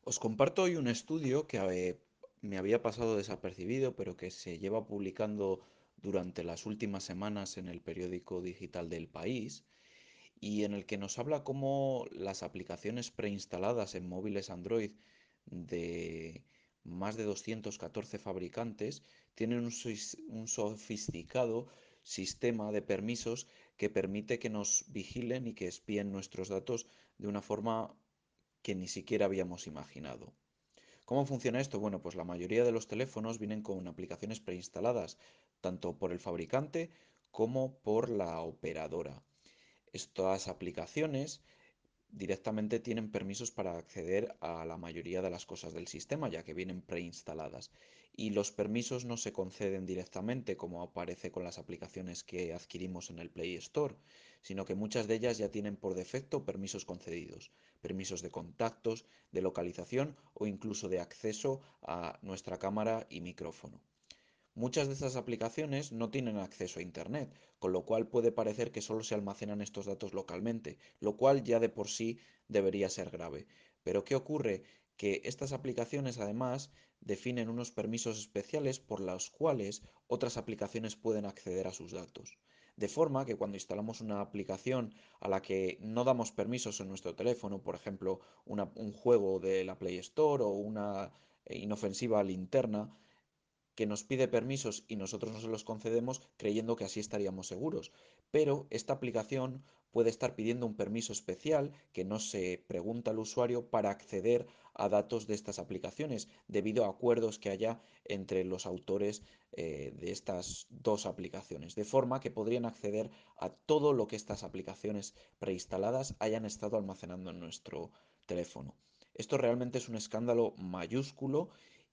Os comparto hoy un estudio que me había pasado desapercibido, pero que se lleva publicando durante las últimas semanas en el periódico digital del País y en el que nos habla cómo las aplicaciones preinstaladas en móviles Android de más de 214 fabricantes tienen un sofisticado sistema de permisos que permite que nos vigilen y que espíen nuestros datos de una forma que ni siquiera habíamos imaginado. ¿Cómo funciona esto? Bueno, pues la mayoría de los teléfonos vienen con aplicaciones preinstaladas, tanto por el fabricante como por la operadora. Estas aplicaciones directamente tienen permisos para acceder a la mayoría de las cosas del sistema, ya que vienen preinstaladas. Y los permisos no se conceden directamente, como aparece con las aplicaciones que adquirimos en el Play Store, sino que muchas de ellas ya tienen por defecto permisos concedidos, permisos de contactos, de localización o incluso de acceso a nuestra cámara y micrófono. Muchas de estas aplicaciones no tienen acceso a Internet, con lo cual puede parecer que solo se almacenan estos datos localmente, lo cual ya de por sí debería ser grave. Pero ¿qué ocurre? Que estas aplicaciones además definen unos permisos especiales por los cuales otras aplicaciones pueden acceder a sus datos. De forma que cuando instalamos una aplicación a la que no damos permisos en nuestro teléfono, por ejemplo, un juego de la Play Store o una inofensiva linterna, que nos pide permisos y nosotros no se los concedemos creyendo que así estaríamos seguros. Pero esta aplicación puede estar pidiendo un permiso especial que no se pregunta al usuario para acceder a datos de estas aplicaciones, debido a acuerdos que haya entre los autores de estas dos aplicaciones, de forma que podrían acceder a todo lo que estas aplicaciones preinstaladas hayan estado almacenando en nuestro teléfono. Esto realmente es un escándalo mayúsculo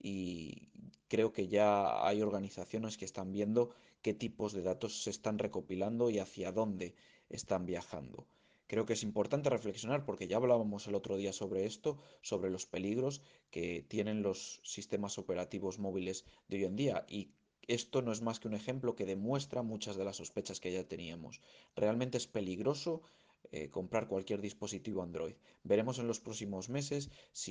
y creo que ya hay organizaciones que están viendo qué tipos de datos se están recopilando y hacia dónde están viajando. Creo que es importante reflexionar porque ya hablábamos el otro día sobre esto, sobre los peligros que tienen los sistemas operativos móviles de hoy en día y esto no es más que un ejemplo que demuestra muchas de las sospechas que ya teníamos. Realmente es peligroso comprar cualquier dispositivo Android. Veremos en los próximos meses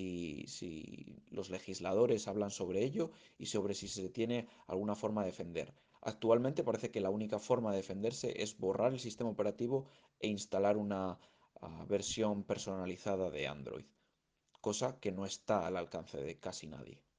si los legisladores hablan sobre ello y sobre si se tiene alguna forma de defender. Actualmente parece que la única forma de defenderse es borrar el sistema operativo e instalar una versión personalizada de Android, cosa que no está al alcance de casi nadie.